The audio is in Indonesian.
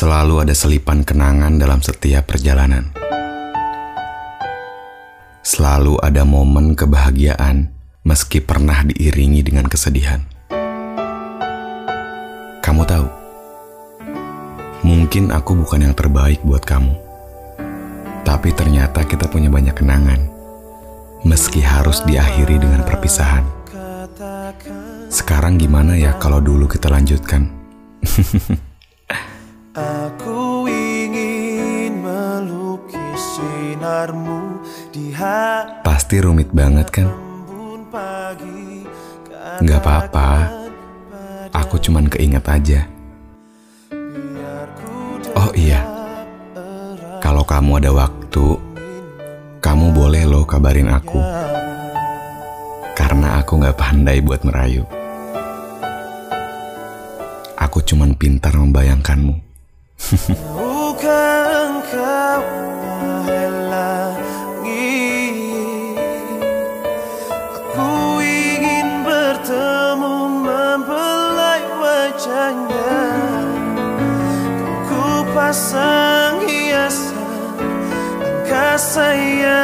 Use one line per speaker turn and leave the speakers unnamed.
Selalu ada selipan kenangan dalam setiap perjalanan. Selalu ada momen kebahagiaan meski pernah diiringi dengan kesedihan. Kamu tahu, mungkin aku bukan yang terbaik buat kamu, tapi ternyata kita punya banyak kenangan meski harus diakhiri dengan perpisahan. Sekarang gimana ya kalau dulu kita lanjutkan?
Aku ingin melukis sinarmu di hati.
Pasti rumit banget kan? Gak apa-apa, aku cuman keinget aja. Oh iya, kalau kamu ada waktu, kamu boleh loh kabarin aku. Karena aku gak pandai buat merayu. Aku cuman pintar membayangkanmu.
Bukan kau halangi, aku ingin bertemu membelai wajahnya. Ku pasang hiasan angkasa yang